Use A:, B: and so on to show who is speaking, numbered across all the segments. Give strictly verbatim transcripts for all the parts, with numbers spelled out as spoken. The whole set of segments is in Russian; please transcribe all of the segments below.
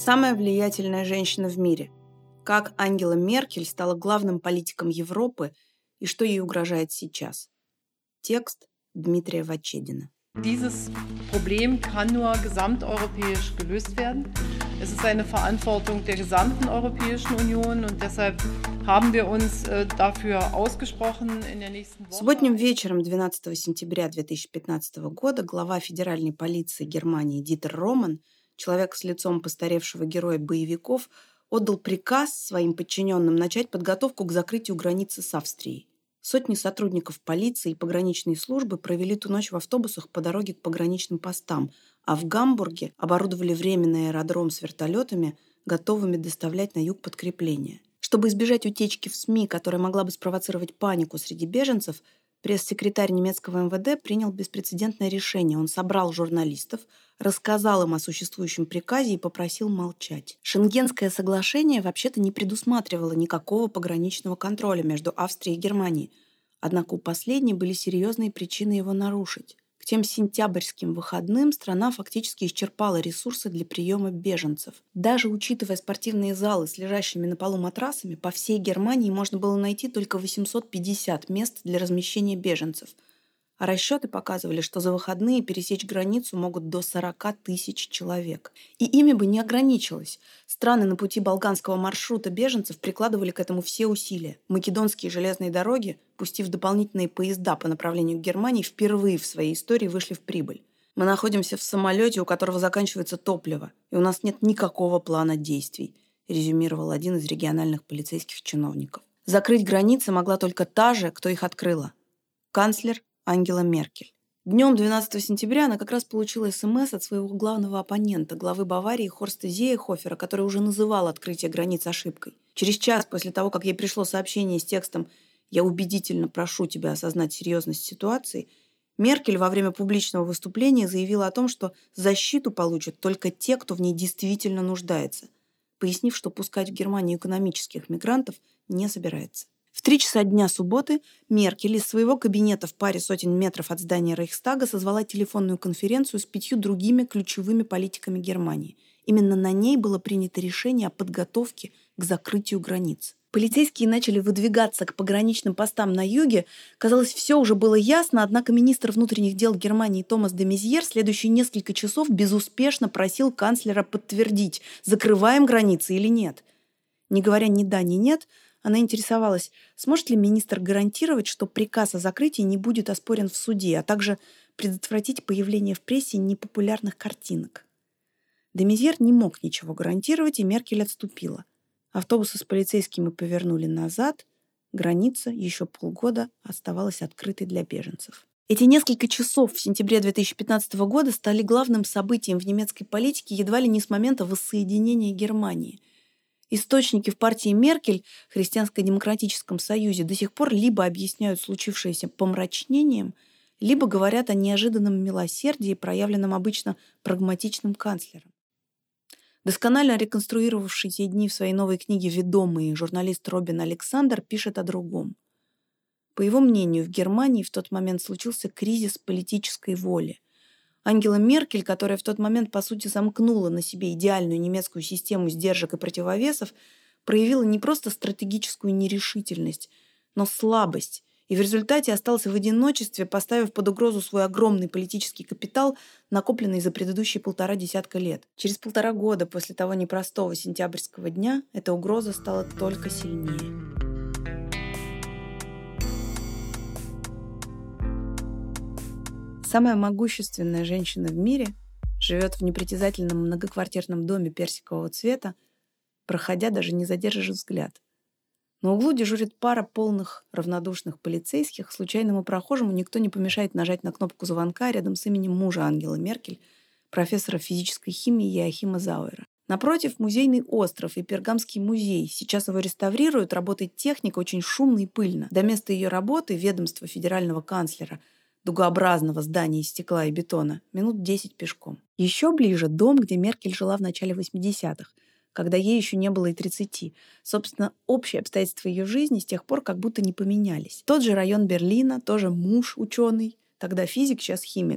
A: Самая влиятельная женщина в мире. Как Ангела Меркель стала главным политиком Европы и что ей угрожает сейчас. Текст Дмитрия Вачедина.
B: Dieses Problem kann nur gesamteuropäisch gelöst werden. Es ist eine Verantwortung der gesamten Europäischen Union und deshalb haben wir uns dafür ausgesprochen in der nächsten Woche.
A: Субботним вечером двенадцатого сентября две тысячи пятнадцатого года глава федеральной полиции Германии Дитер Роман, человек с лицом постаревшего героя боевиков, отдал приказ своим подчиненным начать подготовку к закрытию границы с Австрией. Сотни сотрудников полиции и пограничной службы провели ту ночь в автобусах по дороге к пограничным постам, а в Гамбурге оборудовали временный аэродром с вертолетами, готовыми доставлять на юг подкрепления. Чтобы избежать утечки в СМИ, которая могла бы спровоцировать панику среди беженцев, пресс-секретарь немецкого эм вэ дэ принял беспрецедентное решение. Он собрал журналистов, рассказал им о существующем приказе и попросил молчать. Шенгенское соглашение вообще-то не предусматривало никакого пограничного контроля между Австрией и Германией, однако у последней были серьезные причины его нарушить. К тем сентябрьским выходным страна фактически исчерпала ресурсы для приема беженцев. Даже учитывая спортивные залы с лежащими на полу матрасами, по всей Германии можно было найти только восемьсот пятьдесят мест для размещения беженцев. А расчеты показывали, что за выходные пересечь границу могут до сорок тысяч человек. И ими бы не ограничилось. Страны на пути балканского маршрута беженцев прикладывали к этому все усилия. Македонские железные дороги, пустив дополнительные поезда по направлению к Германии, впервые в своей истории вышли в прибыль. Мы находимся в самолете, у которого заканчивается топливо, и у нас нет никакого плана действий, резюмировал один из региональных полицейских чиновников. Закрыть границы могла только та же, кто их открыла. Канцлер Ангела Меркель. Днем двенадцатого сентября она как раз получила СМС от своего главного оппонента, главы Баварии Хорста Зейхофера, который уже называл открытие границ ошибкой. Через час после того, как ей пришло сообщение с текстом «Я убедительно прошу тебя осознать серьезность ситуации», Меркель во время публичного выступления заявила о том, что защиту получат только те, кто в ней действительно нуждается, пояснив, что пускать в Германию экономических мигрантов не собирается. В три часа дня субботы Меркель из своего кабинета в паре сотен метров от здания Рейхстага созвала телефонную конференцию с пятью другими ключевыми политиками Германии. Именно на ней было принято решение о подготовке к закрытию границ. Полицейские начали выдвигаться к пограничным постам на юге. Казалось, все уже было ясно, однако министр внутренних дел Германии Томас де Мезьер следующие несколько часов безуспешно просил канцлера подтвердить, закрываем границы или нет. Не говоря ни да, ни нет, она интересовалась, сможет ли министр гарантировать, что приказ о закрытии не будет оспорен в суде, а также предотвратить появление в прессе непопулярных картинок. Де Мезьер не мог ничего гарантировать, и Меркель отступила. Автобусы с полицейскими повернули назад, граница еще полгода оставалась открытой для беженцев. Эти несколько часов в сентябре две тысячи пятнадцатого года стали главным событием в немецкой политике едва ли не с момента воссоединения Германии. Источники в партии Меркель, Христианско-демократическом союзе, до сих пор либо объясняют случившееся помрачнением, либо говорят о неожиданном милосердии, проявленном обычно прагматичным канцлером. Досконально реконструировавший те дни в своей новой книге ведомый журналист Робин Александр пишет о другом. По его мнению, в Германии в тот момент случился кризис политической воли. Ангела Меркель, которая в тот момент, по сути, замкнула на себе идеальную немецкую систему сдержек и противовесов, проявила не просто стратегическую нерешительность, но слабость, и в результате осталась в одиночестве, поставив под угрозу свой огромный политический капитал, накопленный за предыдущие полтора десятка лет. Через полтора года после того непростого сентябрьского дня эта угроза стала только сильнее. Самая могущественная женщина в мире живет в непритязательном многоквартирном доме персикового цвета, проходя, даже не задержишь взгляд. На углу дежурит пара полных равнодушных полицейских. Случайному прохожему никто не помешает нажать на кнопку звонка рядом с именем мужа Ангелы Меркель, профессора физической химии Йоахима Зауэра. Напротив, музейный остров и Пергамский музей. Сейчас его реставрируют, работает техника, очень шумно и пыльно. До места ее работы ведомство федерального канцлера – дугообразного здания из стекла и бетона, минут десять пешком. Еще ближе дом, где Меркель жила в начале восьмидесятых, когда ей еще не было и тридцати. Собственно, общие обстоятельства ее жизни с тех пор как будто не поменялись. Тот же район Берлина, тоже муж ученый, тогда физик, сейчас химик.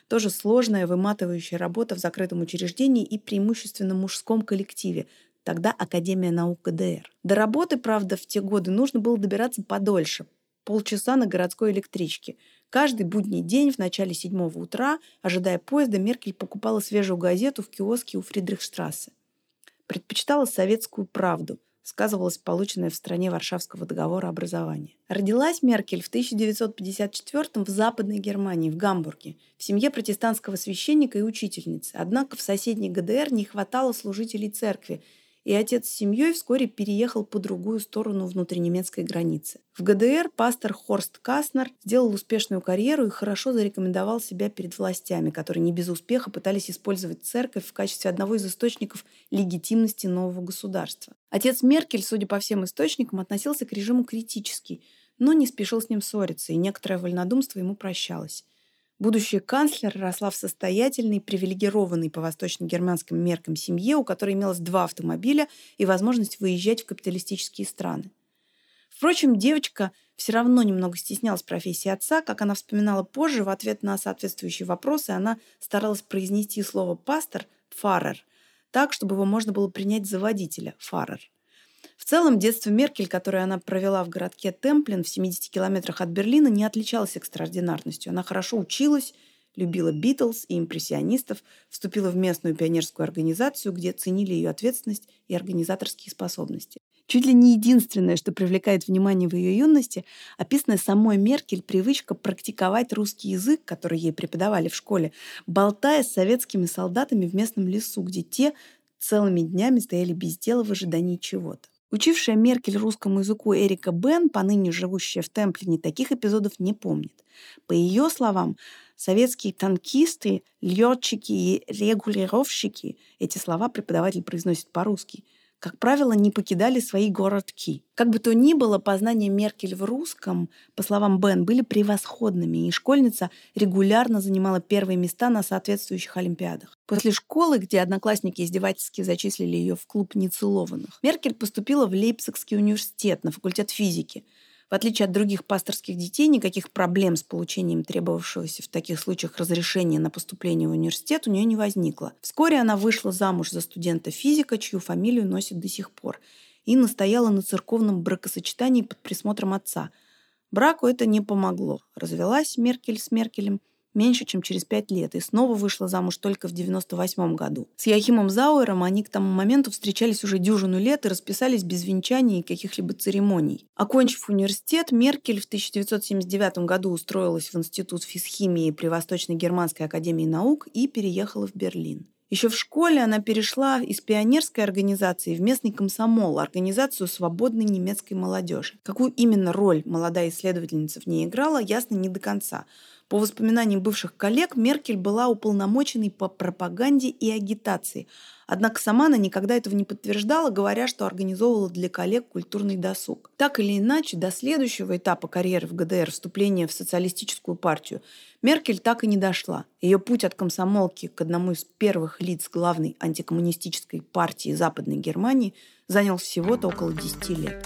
A: Тоже сложная, выматывающая работа в закрытом учреждении и преимущественно мужском коллективе, тогда Академия наук ГДР. До работы, правда, в те годы нужно было добираться подольше, полчаса на городской электричке. Каждый будний день в начале седьмого утра, ожидая поезда, Меркель покупала свежую газету в киоске у Фридрихштрассе. Предпочитала советскую правду, сказывалось полученное в стране Варшавского договора образование. Родилась Меркель в тысяча девятьсот пятьдесят четвёртом в Западной Германии, в Гамбурге, в семье протестантского священника и учительницы. Однако в соседней ГДР не хватало служителей церкви, и отец с семьей вскоре переехал по другую сторону внутринемецкой границы. В ГДР пастор Хорст Каснер сделал успешную карьеру и хорошо зарекомендовал себя перед властями, которые не без успеха пытались использовать церковь в качестве одного из источников легитимности нового государства. Отец Меркель, судя по всем источникам, относился к режиму критически, но не спешил с ним ссориться, и некоторое вольнодумство ему прощалось. Будущий канцлер росла в состоятельной, привилегированной по восточно-германским меркам семье, у которой имелось два автомобиля и возможность выезжать в капиталистические страны. Впрочем, девочка все равно немного стеснялась профессии отца. Как она вспоминала позже, в ответ на соответствующие вопросы она старалась произнести слово «пастор» «пфаррер» так, чтобы его можно было принять за водителя «фаррер». В целом, детство Меркель, которое она провела в городке Темплин в семидесяти километрах от Берлина, не отличалось экстраординарностью. Она хорошо училась, любила Битлз и импрессионистов, вступила в местную пионерскую организацию, где ценили ее ответственность и организаторские способности. Чуть ли не единственное, что привлекает внимание в ее юности, описанная самой Меркель привычка практиковать русский язык, который ей преподавали в школе, болтая с советскими солдатами в местном лесу, где те целыми днями стояли без дела в ожидании чего-то. Учившая Меркель русскому языку Эрика Бен, поныне живущая в Темплине, таких эпизодов не помнит. По ее словам, советские танкисты, летчики и регулировщики, эти слова преподаватель произносит по-русски, как правило, не покидали свои городки. Как бы то ни было, познания Меркель в русском, по словам Бен, были превосходными, и школьница регулярно занимала первые места на соответствующих олимпиадах. После школы, где одноклассники издевательски зачислили ее в клуб нецелованных, Меркель поступила в Лейпцигский университет на факультет физики. В отличие от других пасторских детей, никаких проблем с получением требовавшегося в таких случаях разрешения на поступление в университет у нее не возникло. Вскоре она вышла замуж за студента-физика, чью фамилию носит до сих пор, и настояла на церковном бракосочетании под присмотром отца. Браку это не помогло. Развелась Меркель с Меркелем меньше, чем через пять лет, и снова вышла замуж только в девяносто восьмом году. С Йоахимом Зауэром они к тому моменту встречались уже дюжину лет и расписались без венчаний и каких-либо церемоний. Окончив университет, Меркель в тысяча девятьсот семьдесят девятом году устроилась в Институт физхимии при Восточно-Германской академии наук и переехала в Берлин. Еще в школе она перешла из пионерской организации в местный комсомол, организацию свободной немецкой молодежи. Какую именно роль молодая исследовательница в ней играла, ясно не до конца. По воспоминаниям бывших коллег, Меркель была уполномоченной по пропаганде и агитации. Однако сама она никогда этого не подтверждала, говоря, что организовывала для коллег культурный досуг. Так или иначе, до следующего этапа карьеры в ГДР, вступления в социалистическую партию, Меркель так и не дошла. Ее путь от комсомолки к одному из первых лиц главной антикоммунистической партии Западной Германии занял всего-то около десяти лет.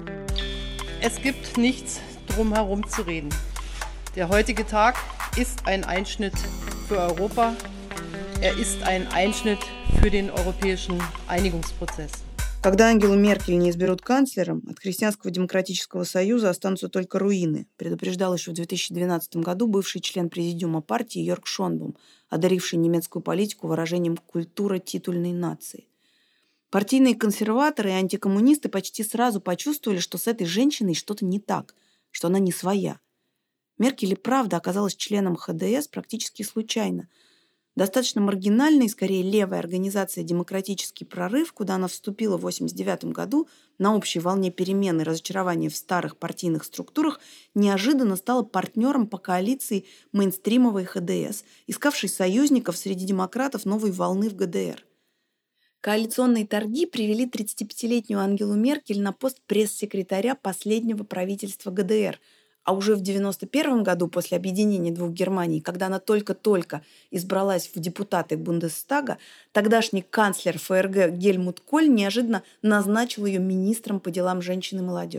B: Es gibt nichts drum herum zu reden. Der heutige Tag ist ein Einschnitt für Europa. Er ist ein Einschnitt für den europäischen Einigungsprozess.
A: Когда Ангелу Меркель не изберут канцлером, от Христианского демократического союза останутся только руины, предупреждал еще в две тысячи двенадцатом году бывший член президиума партии Йорг Шонбум, одаривший немецкую политику выражением «культура титульной нации». Партийные консерваторы и антикоммунисты почти сразу почувствовали, что с этой женщиной что-то не так, что она не своя. Меркель и правда оказалась членом ха дэ эс практически случайно. Достаточно маргинальная и скорее левая организация «Демократический прорыв», куда она вступила в восемьдесят девятом году на общей волне перемен и разочарования в старых партийных структурах, неожиданно стала партнером по коалиции мейнстримовой ха дэ эс, искавшей союзников среди демократов новой волны в гэ дэ эр. Коалиционные торги привели тридцатипятилетнюю Ангелу Меркель на пост пресс-секретаря последнего правительства гэ дэ эр, а уже в девяносто первом году, после объединения двух Германий, когда она только-только избралась в депутаты Бундестага, тогдашний канцлер эф эр гэ Гельмут Коль неожиданно назначил ее министром по делам женщин и молодежи.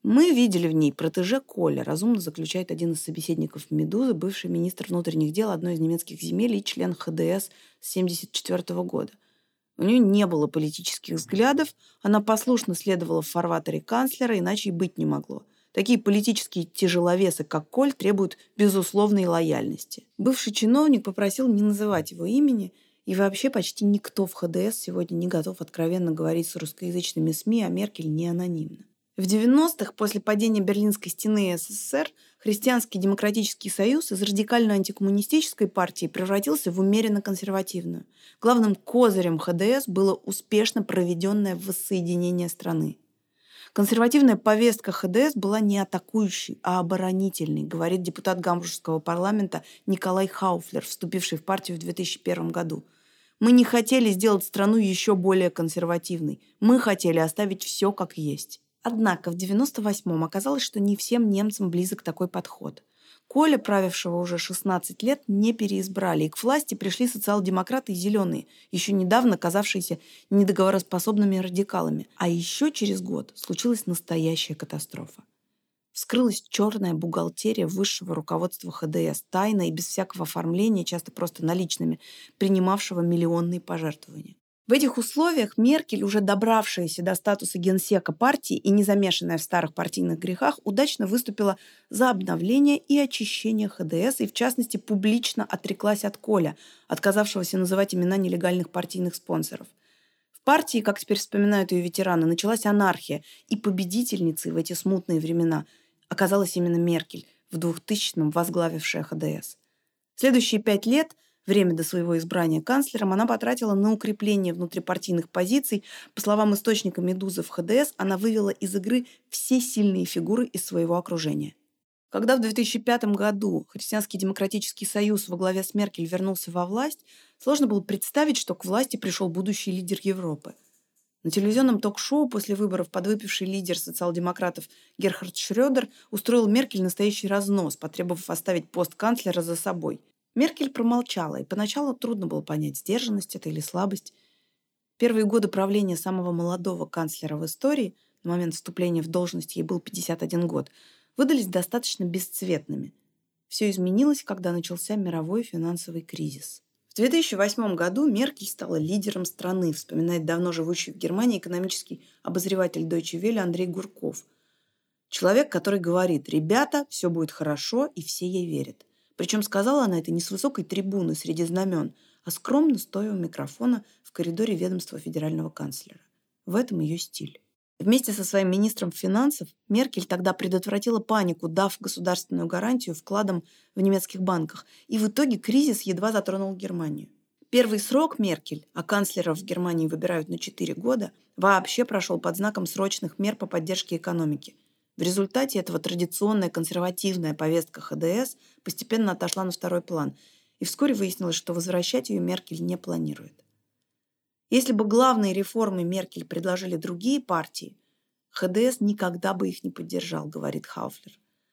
A: Мы видели в ней протеже Коля, разумно заключает один из собеседников «Медузы», бывший министр внутренних дел одной из немецких земель и член ха дэ эс с семьдесят четвёртого года. У нее не было политических взглядов, она послушно следовала в фарватере канцлера, иначе и быть не могло. Такие политические тяжеловесы, как Коль, требуют безусловной лояльности. Бывший чиновник попросил не называть его имени, и вообще почти никто в ха дэ эс сегодня не готов откровенно говорить с русскоязычными СМИ, а Меркель не анонимно. В девяностых, после падения Берлинской стены эс эс эс эр, Христианский демократический союз из радикально-антикоммунистической партии превратился в умеренно консервативную. Главным козырем ха дэ эс было успешно проведенное воссоединение страны. Консервативная повестка ха дэ эс была не атакующей, а оборонительной, говорит депутат Гамбургского парламента Николай Хауфлер, вступивший в партию в две тысячи первом году. Мы не хотели сделать страну еще более консервативной. Мы хотели оставить все как есть. Однако в девяносто восьмом оказалось, что не всем немцам близок такой подход. Коля, правившего уже шестнадцать лет, не переизбрали, и к власти пришли социал-демократы и зеленые, еще недавно казавшиеся недоговороспособными радикалами. А еще через год случилась настоящая катастрофа. Вскрылась черная бухгалтерия высшего руководства ха дэ эс, тайно и без всякого оформления, часто просто наличными, принимавшего миллионные пожертвования. В этих условиях Меркель, уже добравшаяся до статуса генсека партии и не замешанная в старых партийных грехах, удачно выступила за обновление и очищение ха дэ эс и, в частности, публично отреклась от Коля, отказавшегося называть имена нелегальных партийных спонсоров. В партии, как теперь вспоминают ее ветераны, началась анархия, и победительницей в эти смутные времена оказалась именно Меркель, в двухтысячном возглавившая ха дэ эс. Следующие пять лет – время до своего избрания канцлером она потратила на укрепление внутрипартийных позиций. По словам источника «Медузы» в ха дэ эс, она вывела из игры все сильные фигуры из своего окружения. Когда в две тысячи пятом году Христианский демократический союз во главе с Меркель вернулся во власть, сложно было представить, что к власти пришел будущий лидер Европы. На телевизионном ток-шоу после выборов подвыпивший лидер социал-демократов Герхард Шрёдер устроил Меркель настоящий разнос, потребовав оставить пост канцлера за собой. Меркель промолчала, и поначалу трудно было понять, сдержанность это или слабость. Первые годы правления самого молодого канцлера в истории, на момент вступления в должность ей был пятьдесят один год, выдались достаточно бесцветными. Все изменилось, когда начался мировой финансовый кризис. В две тысячи восьмом году Меркель стала лидером страны, вспоминает давно живущий в Германии экономический обозреватель Deutsche Welle Андрей Гурков. Человек, который говорит: «Ребята, все будет хорошо», и все ей верят. Причем сказала она это не с высокой трибуны среди знамен, а скромно стоя у микрофона в коридоре ведомства федерального канцлера. В этом ее стиль. Вместе со своим министром финансов Меркель тогда предотвратила панику, дав государственную гарантию вкладам в немецких банках, и в итоге кризис едва затронул Германию. Первый срок Меркель, а канцлеров в Германии выбирают на четыре года, вообще прошел под знаком срочных мер по поддержке экономики. В результате этого традиционная консервативная повестка ха дэ эс постепенно отошла на второй план, и вскоре выяснилось, что возвращать ее Меркель не планирует. Если бы главные реформы Меркель предложили другие партии, ха дэ эс никогда бы их не поддержал, говорит Хауфлер.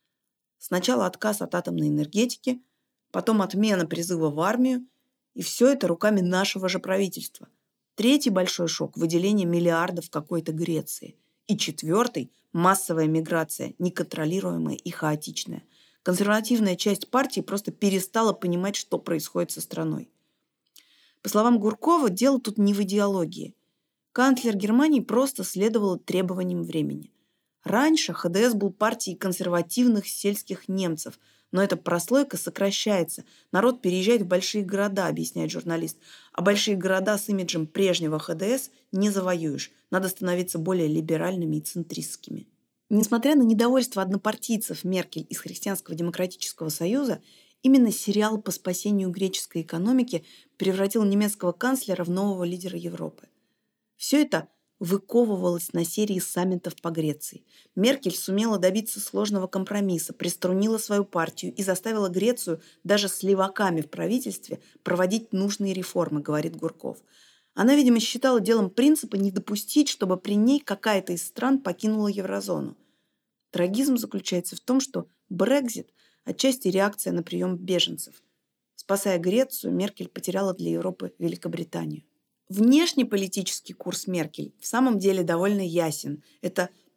A: Сначала отказ от атомной энергетики, потом отмена призыва в армию, и все это руками нашего же правительства. Третий большой шок – выделение миллиардов какой-то Греции. И четвертый – массовая миграция, неконтролируемая и хаотичная. Консервативная часть партии просто перестала понимать, что происходит со страной. По словам Гуркова, дело тут не в идеологии. Канцлер Германии просто следовал требованиям времени. Раньше ха дэ эс был партией консервативных сельских немцев, но эта прослойка сокращается. Народ переезжает в большие города, объясняет журналист. А большие города с имиджем прежнего ха дэ эс не завоюешь. Надо становиться более либеральными и центристскими. Несмотря на недовольство однопартийцев Меркель из Христианского демократического союза, именно сериал по спасению греческой экономики превратил немецкого канцлера в нового лидера Европы. Все это выковывалось на серии саммитов по Греции. Меркель сумела добиться сложного компромисса, приструнила свою партию и заставила Грецию даже с леваками в правительстве проводить нужные реформы, говорит Гурков. Она, видимо, считала делом принципа не допустить, чтобы при ней какая-то из стран покинула еврозону. Трагизм заключается в том, что Брексит – отчасти реакция на прием беженцев. Спасая Грецию, Меркель потеряла для Европы Великобританию. Внешнеполитический курс Меркель в самом деле довольно ясен. Это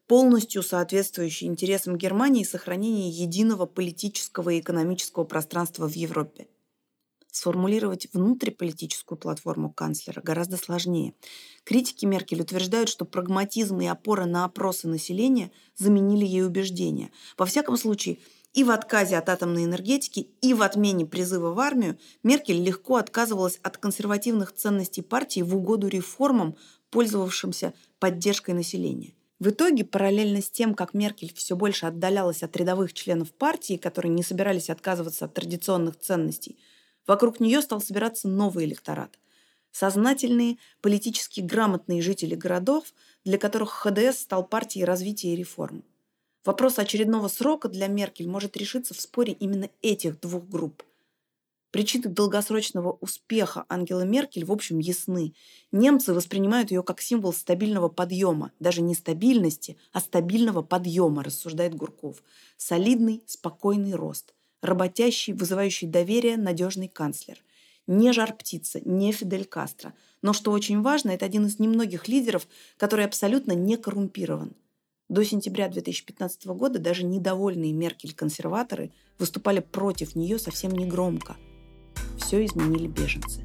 A: полностью соответствующий интересам Германии сохранения единого политического и экономического пространства в Европе. Сформулировать внутриполитическую платформу канцлера гораздо сложнее. Критики Меркель утверждают, что прагматизм и опора на опросы населения заменили ей убеждения. Во всяком случае, и в отказе от атомной энергетики, и в отмене призыва в армию Меркель легко отказывалась от консервативных ценностей партии в угоду реформам, пользовавшимся поддержкой населения. В итоге, параллельно с тем, как Меркель все больше отдалялась от рядовых членов партии, которые не собирались отказываться от традиционных ценностей, вокруг нее стал собираться новый электорат. Сознательные, политически грамотные жители городов, для которых ХДС стал партией развития и реформ. Вопрос очередного срока для Меркель может решиться в споре именно этих двух групп. Причины долгосрочного успеха Ангелы Меркель, в общем, ясны. Немцы воспринимают ее как символ стабильного подъема, даже не стабильности, а стабильного подъема, рассуждает Гурков. Солидный, спокойный рост. Работящий, вызывающий доверие, надежный канцлер. Не жар-птица, не Фидель Кастро. Но, что очень важно, это один из немногих лидеров, который абсолютно не коррумпирован. До сентября две тысячи пятнадцатого года даже недовольные Меркель-консерваторы выступали против нее совсем негромко. Все изменили беженцы.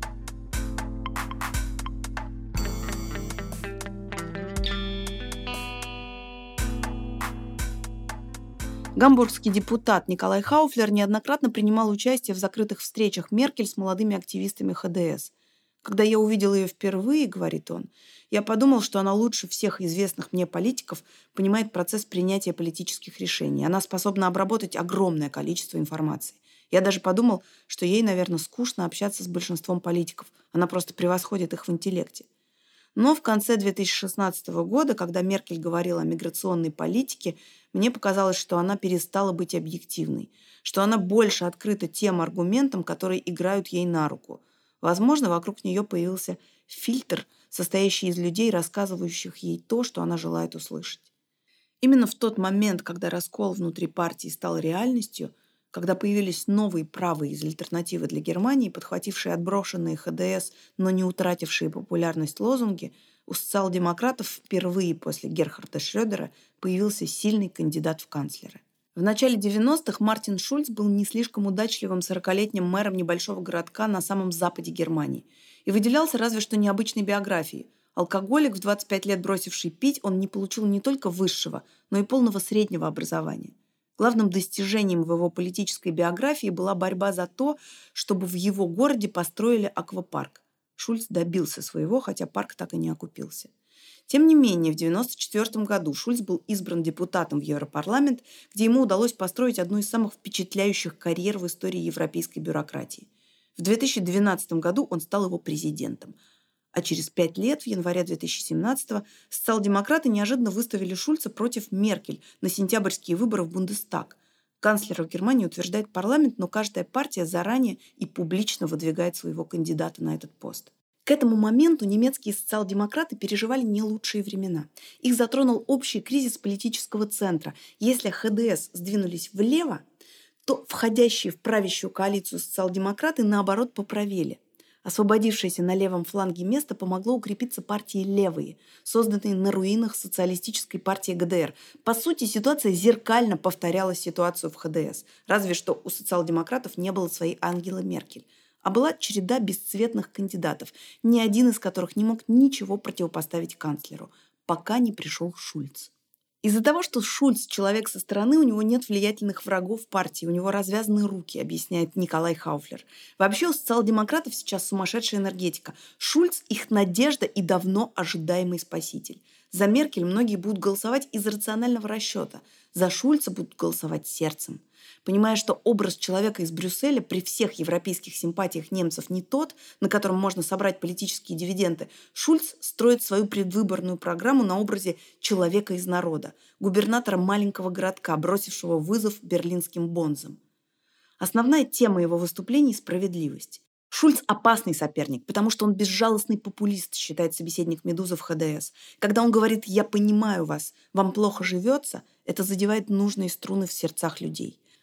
A: Гамбургский депутат Николай Хауфлер неоднократно принимал участие в закрытых встречах Меркель с молодыми активистами ХДС. «Когда я увидел ее впервые, — говорит он, — я подумал, что она лучше всех известных мне политиков понимает процесс принятия политических решений. Она способна обработать огромное количество информации. Я даже подумал, что ей, наверное, скучно общаться с большинством политиков. Она просто превосходит их в интеллекте». Но в конце две тысячи шестнадцатого года, когда Меркель говорила о миграционной политике, мне показалось, что она перестала быть объективной, что она больше открыта тем аргументам, которые играют ей на руку. Возможно, вокруг нее появился фильтр, состоящий из людей, рассказывающих ей то, что она желает услышать. Именно в тот момент, когда раскол внутри партии стал реальностью, когда появились новые правые из альтернативы для Германии, подхватившие отброшенные ХДС, но не утратившие популярность лозунги, у социал-демократов впервые после Герхарда Шрёдера появился сильный кандидат в канцлеры. В начале девяностых Мартин Шульц был не слишком удачливым сорокалетним мэром небольшого городка на самом западе Германии и выделялся разве что необычной биографией. Алкоголик, в двадцать пять лет бросивший пить, он не получил не только высшего, но и полного среднего образования. Главным достижением в его политической биографии была борьба за то, чтобы в его городе построили аквапарк. Шульц добился своего, хотя парк так и не окупился. Тем не менее, в девяносто четвёртом году Шульц был избран депутатом в Европарламент, где ему удалось построить одну из самых впечатляющих карьер в истории европейской бюрократии. В две тысячи двенадцатом году он стал его президентом. А через пять лет, в январе две тысячи семнадцатого, социал-демократы неожиданно выставили Шульца против Меркель на сентябрьские выборы в Бундестаг. Канцлера в Германии утверждает парламент, но каждая партия заранее и публично выдвигает своего кандидата на этот пост. К этому моменту немецкие социал-демократы переживали не лучшие времена. Их затронул общий кризис политического центра. Если ХДС сдвинулись влево, то входящие в правящую коалицию социал-демократы, наоборот, поправели. Освободившееся на левом фланге место помогло укрепиться партии «Левые», созданные на руинах социалистической партии ГДР. По сути, ситуация зеркально повторяла ситуацию в ХДС, разве что у социал-демократов не было своей Ангелы Меркель, а была череда бесцветных кандидатов, ни один из которых не мог ничего противопоставить канцлеру, пока не пришел Шульц. Из-за того, что Шульц – человек со стороны, у него нет влиятельных врагов партии, у него развязаны руки, объясняет Николай Хауфлер. Вообще у социал-демократов сейчас сумасшедшая энергетика. Шульц – их надежда и давно ожидаемый спаситель. За Меркель многие будут голосовать из рационального расчета. За Шульца будут голосовать сердцем. Понимая, что образ человека из Брюсселя при всех европейских симпатиях немцев не тот, на котором можно собрать политические дивиденды, Шульц строит свою предвыборную программу на образе человека из народа, губернатора маленького городка, бросившего вызов берлинским бонзам. Основная тема его выступлений – справедливость. Шульц – опасный соперник, потому что он безжалостный популист, считает собеседник «Медузы» в ХДС. Когда он говорит «я понимаю вас, вам плохо живется», это задевает нужные струны в сердцах людей.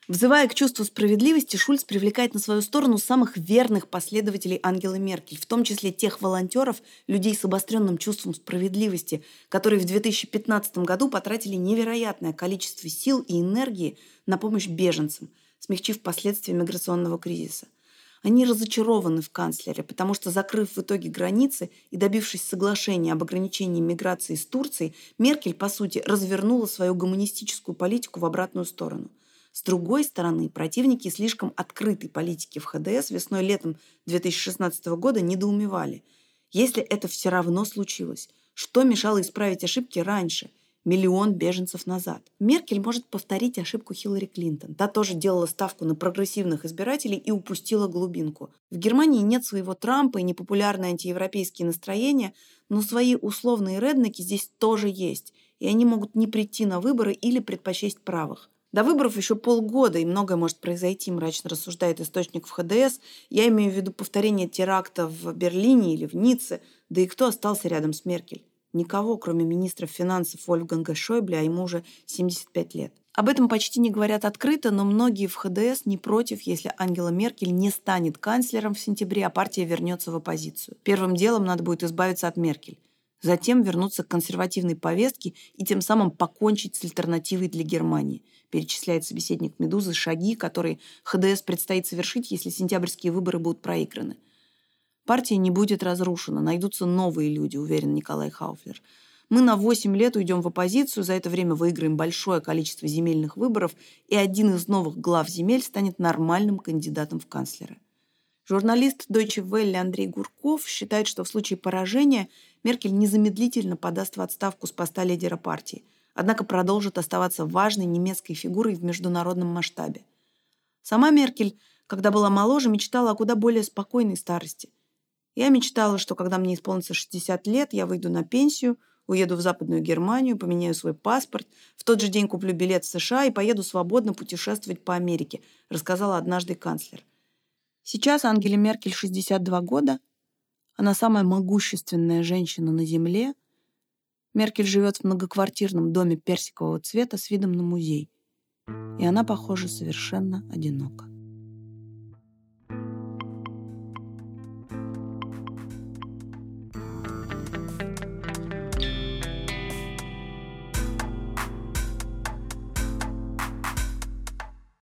A: Взывая к чувству справедливости, Шульц привлекает на свою сторону самых верных последователей Ангелы Меркель, в том числе тех волонтеров, людей с обостренным чувством справедливости, которые в две тысячи пятнадцатом году потратили невероятное количество сил и энергии на помощь беженцам, смягчив последствия миграционного кризиса. Они разочарованы в канцлере, потому что, закрыв в итоге границы и добившись соглашения об ограничении миграции с Турцией, Меркель, по сути, развернула свою гуманистическую политику в обратную сторону. С другой стороны, противники слишком открытой политики в ха дэ эс весной-летом две тысячи шестнадцатого года недоумевали. Если это все равно случилось, что мешало исправить ошибки раньше, миллион беженцев назад? Меркель может повторить ошибку Хиллари Клинтон. Та тоже делала ставку на прогрессивных избирателей и упустила глубинку. В Германии нет своего Трампа и непопулярные антиевропейские настроения, но свои условные реднеки здесь тоже есть, и они могут не прийти на выборы или предпочесть правых. До выборов еще полгода, и многое может произойти, мрачно рассуждает источник в ха дэ эс. Я имею в виду повторение теракта в Берлине или в Ницце. Да и кто остался рядом с Меркель? Никого, кроме министра финансов Вольфганга Шойбле, а ему уже семьдесят пять лет. Об этом почти не говорят открыто, но многие в ха дэ эс не против, если Ангела Меркель не станет канцлером в сентябре, а партия вернется в оппозицию. Первым делом надо будет избавиться от Меркель. Затем вернуться к консервативной повестке и тем самым покончить с альтернативой для Германии, перечисляет собеседник «Медузы» шаги, которые ха дэ эс предстоит совершить, если сентябрьские выборы будут проиграны. Партия не будет разрушена, найдутся новые люди, уверен Николай Хауфлер. Мы на восемь лет уйдем в оппозицию, за это время выиграем большое количество земельных выборов, и один из новых глав земель станет нормальным кандидатом в канцлеры. Журналист Deutsche Welle Андрей Гурков считает, что в случае поражения Меркель незамедлительно подаст в отставку с поста лидера партии, однако продолжит оставаться важной немецкой фигурой в международном масштабе. Сама Меркель, когда была моложе, мечтала о куда более спокойной старости. Я мечтала, что когда мне исполнится шестьдесят лет, я выйду на пенсию, уеду в Западную Германию, поменяю свой паспорт, в тот же день куплю билет в США и поеду свободно путешествовать по Америке, рассказала однажды канцлер. Сейчас Ангеле Меркель шестьдесят два года. Она самая могущественная женщина на Земле. Меркель живет в многоквартирном доме персикового цвета с видом на музей. И она, похоже, совершенно одинока.